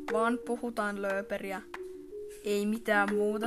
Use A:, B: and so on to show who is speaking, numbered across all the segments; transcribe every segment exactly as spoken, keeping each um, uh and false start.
A: vaan puhutaan lööperiä. Ei mitään muuta.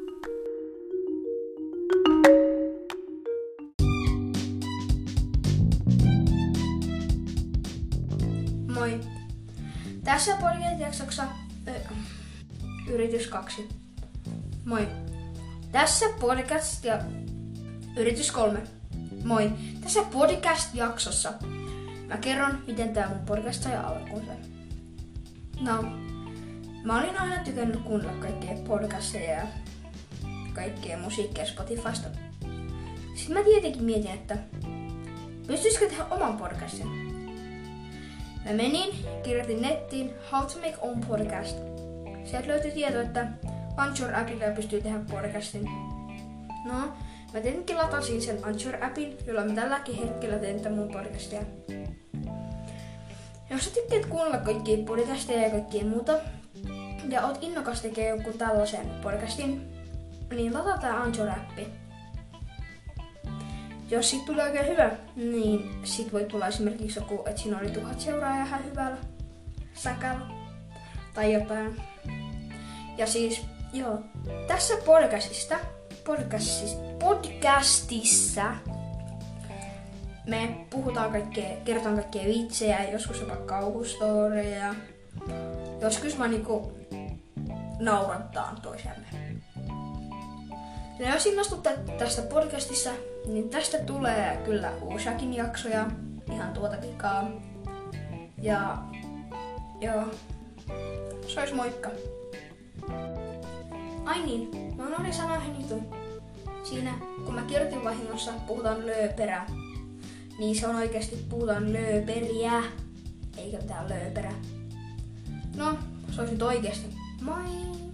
B: Moi. Tässä podcast-jaksossa ö, yritys kaksi. Moi. Tässä podcast ja yritys kolme. Moi. Tässä podcast-jaksossa mä kerron, miten tää mun podcast sai alkuunsa. No, mä olin aina tykännyt kuunnella kaikkia podcasteja ja kaikkea musiikkia Spotifysta. Sitten mä tietenkin mietin, että pystyisikö tehdä oman podcastin. Mä menin, kirjoitin nettiin How to make own podcast. Sieltä löytyi tieto, että Anchor-appilla pystyy tehdä podcastin. No, mä tietenkin latasin sen Anchor-appin, jolla mä tälläkin hetkellä teen tämän mun podcastia. Jos sä tykkäät kuunnella kaikkia podcasteja ja kaikkia muuta, ja oot innokas tekee jonkun tällaisen podcastin, niin lataa tää Anchor-appi. Jos siitä tulee oikein hyvä, niin sit voi tulla esimerkiksi joku, että siinä oli tuhat seuraajaa ihan hyvällä säkällä tai jotain. Ja siis, joo, tässä podcastista, podcastissa, podcastissa me puhutaan kaikkea, kerrotaan kaikkea vitsejä, joskus jopa kauhustoreja, joskus vaan niinku naurattaan toisiamme. Ja jos innostutte tästä podcastissa, niin tästä tulee kyllä uusiakin jaksoja, ihan tuota pikaa. Ja joo, se ois moikka. Ai niin, mä unohdin sanoa yhden jutun. Siinä, kun mä kirjoitin vahingossa puhutaan lööperä, niin se on oikeesti puhutaan lööperiä, eikä mitään lööperä. No, se ois nyt oikeesti. Moi!